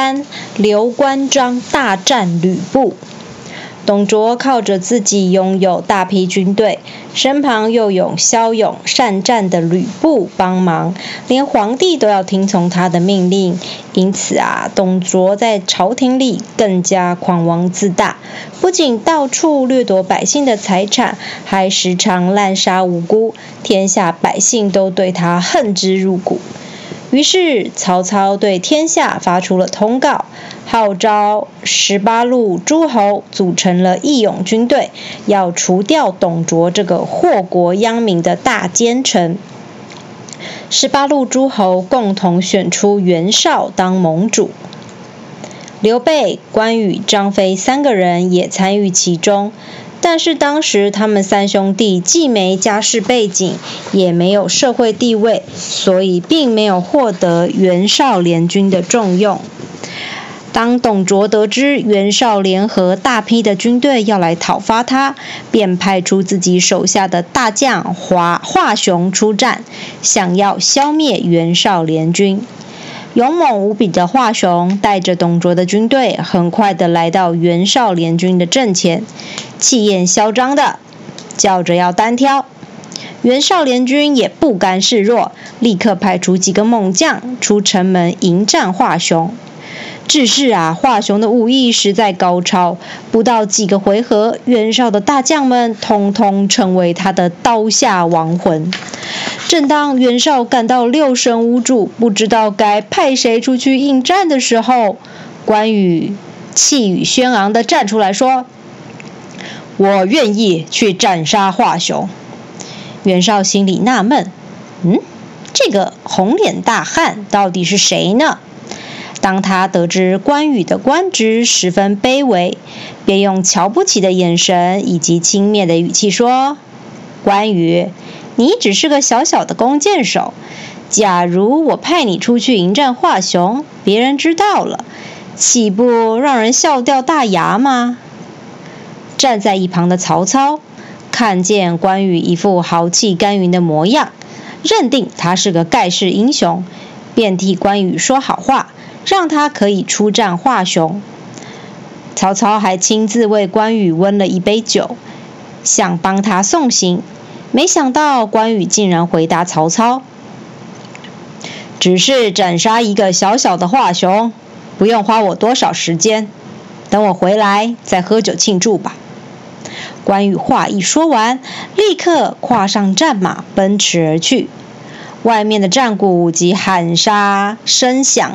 3，刘关张大战吕布。董卓靠着自己拥有大批军队，身旁又有骁勇善战的吕布帮忙，连皇帝都要听从他的命令。因此董卓在朝廷里更加狂妄自大，不仅到处掠夺百姓的财产，还时常滥杀无辜，天下百姓都对他恨之入骨。于是曹操对天下发出了通告，号召18路诸侯组成了义勇军队，要除掉董卓这个祸国殃民的大奸臣。18路诸侯共同选出袁绍当盟主，刘备、关羽、张飞3个人也参与其中。但是当时他们3兄弟既没家世背景，也没有社会地位，所以并没有获得袁绍联军的重用。当董卓得知袁绍联合大批的军队要来讨伐他，便派出自己手下的大将华雄出战，想要消灭袁绍联军。勇猛无比的华雄带着董卓的军队，很快的来到袁绍联军的阵前，气焰嚣张的叫着要单挑。袁绍联军也不甘示弱，立刻派出几个猛将出城门迎战华雄。只是华雄的武艺实在高超，不到几个回合，袁绍的大将们统统成为他的刀下亡魂。正当袁绍感到六神无主，不知道该派谁出去应战的时候，关羽气宇轩昂地站出来说：“我愿意去斩杀华雄。”袁绍心里纳闷，这个红脸大汉到底是谁呢？当他得知关羽的官职十分卑微，便用瞧不起的眼神以及轻蔑的语气说：“关羽，你只是个小小的弓箭手，假如我派你出去迎战华雄，别人知道了，岂不让人笑掉大牙吗？”站在一旁的曹操看见关羽一副豪气干云的模样，认定他是个盖世英雄，便替关羽说好话，让他可以出战华雄。曹操还亲自为关羽温了一杯酒，想帮他送行。没想到关羽竟然回答曹操：“只是斩杀一个小小的华雄，不用花我多少时间，等我回来再喝酒庆祝吧。”关羽话一说完，立刻跨上战马奔驰而去。外面的战鼓及喊杀声响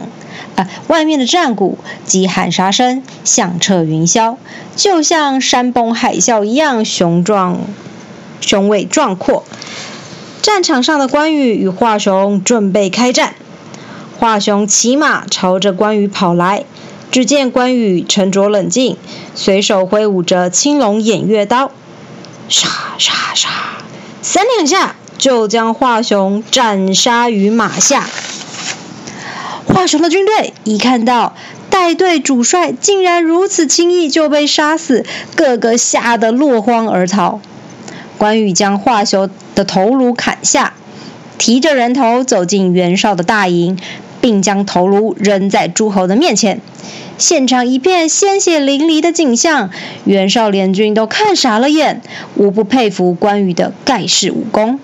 彻云霄，就像山崩海啸一样雄伟壮阔。战场上的关羽与华雄准备开战，华雄骑马朝着关羽跑来，只见关羽沉着冷静，随手挥舞着青龙偃月刀，杀杀杀，3两下就将华雄斩杀于马下。华雄的军队一看到带队主帅竟然如此轻易就被杀死，个个吓得落荒而逃。关羽将华雄的头颅砍下，提着人头走进袁绍的大营，并将头颅扔在诸侯的面前。现场一片鲜血淋漓的景象，袁绍联军都看傻了眼，无不佩服关羽的盖世武功。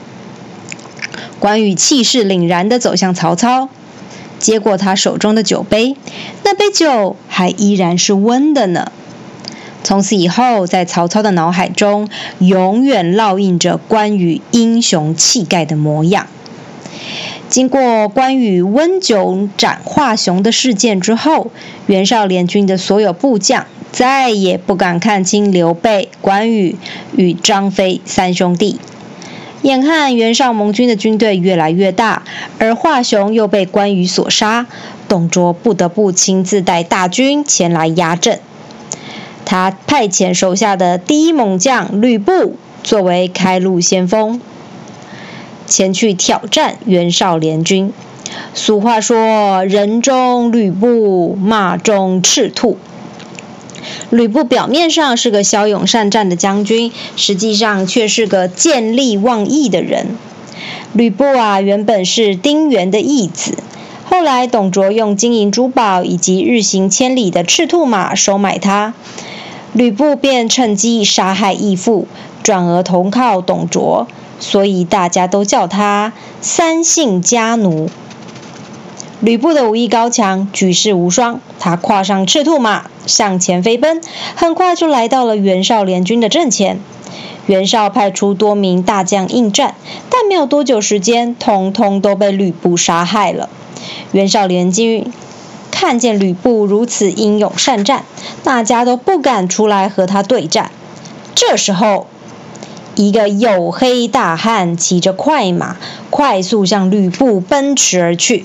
关羽气势凛然地走向曹操，接过他手中的酒杯，那杯酒还依然是温的呢。从此以后，在曹操的脑海中永远烙印着关羽英雄气概的模样。经过关羽温酒斩华雄的事件之后，袁绍联军的所有部将再也不敢看清刘备、关羽与张飞3兄弟。眼看袁绍盟军的军队越来越大，而华雄又被关羽所杀，董卓不得不亲自带大军前来压阵。他派遣手下的第一猛将吕布作为开路先锋，前去挑战袁绍联军。俗话说，人中吕布，马中赤兔。吕布表面上是个骁勇善战的将军，实际上却是个见利忘义的人。吕布原本是丁原的义子，后后来董卓用金银珠宝以及日行千里的赤兔马收买他，吕布便趁机杀害义父，转而投靠董卓，所以大家都叫他三姓家奴。吕布的武艺高强，举世无双，他跨上赤兔马向前飞奔，很快就来到了袁绍联军的阵前。袁绍派出多名大将应战，但没有多久时间，统统都被吕布杀害了。袁绍联军看见吕布如此英勇善战，大家都不敢出来和他对战。这时候，一个黝黑大汉骑着快马，快速向吕布奔驰而去。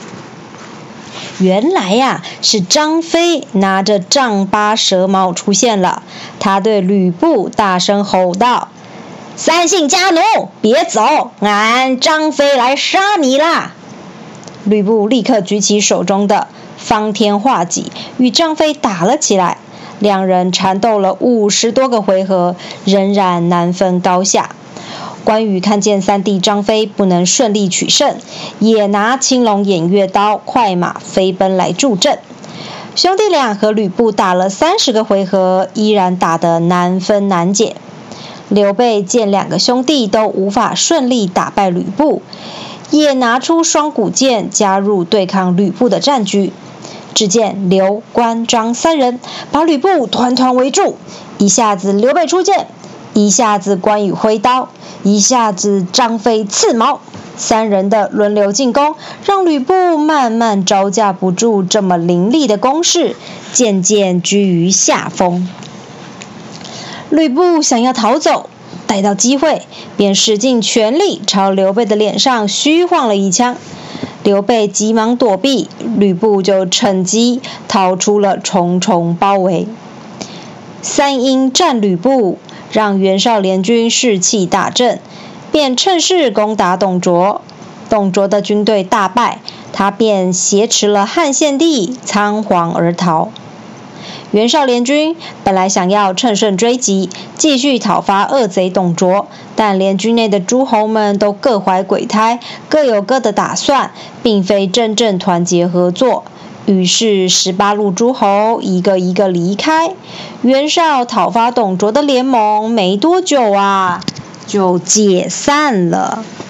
原来呀，是张飞拿着丈八蛇矛出现了。他对吕布大声吼道：“三姓家奴，别走，俺张飞来杀你啦！”吕布立刻举起手中的方天画戟，与张飞打了起来。两人缠斗了50多个回合，仍然难分高下。关羽看见三弟张飞不能顺利取胜，也拿青龙偃月刀快马飞奔来助阵。兄弟俩和吕布打了30个回合，依然打得难分难解。刘备见两个兄弟都无法顺利打败吕布，也拿出双股剑加入对抗吕布的战局。只见刘、关、张三人把吕布团团围住，一下子刘备出剑，一下子关羽挥刀，一下子张飞刺矛，三人的轮流进攻，让吕布慢慢招架不住这么凌厉的攻势，渐渐居于下风。吕布想要逃走，逮到机会，便使尽全力朝刘备的脸上虚晃了一枪。刘备急忙躲避，吕布就趁机逃出了重重包围。三英战吕布，让袁绍联军士气大振，便趁势攻打董卓。董卓的军队大败，他便挟持了汉献帝，仓皇而逃。袁绍联军本来想要乘胜追击，继续讨伐恶贼董卓，但联军内的诸侯们都各怀鬼胎，各有各的打算，并非真正团结合作。于是18路诸侯一个一个离开，袁绍讨伐董卓的联盟没多久就解散了。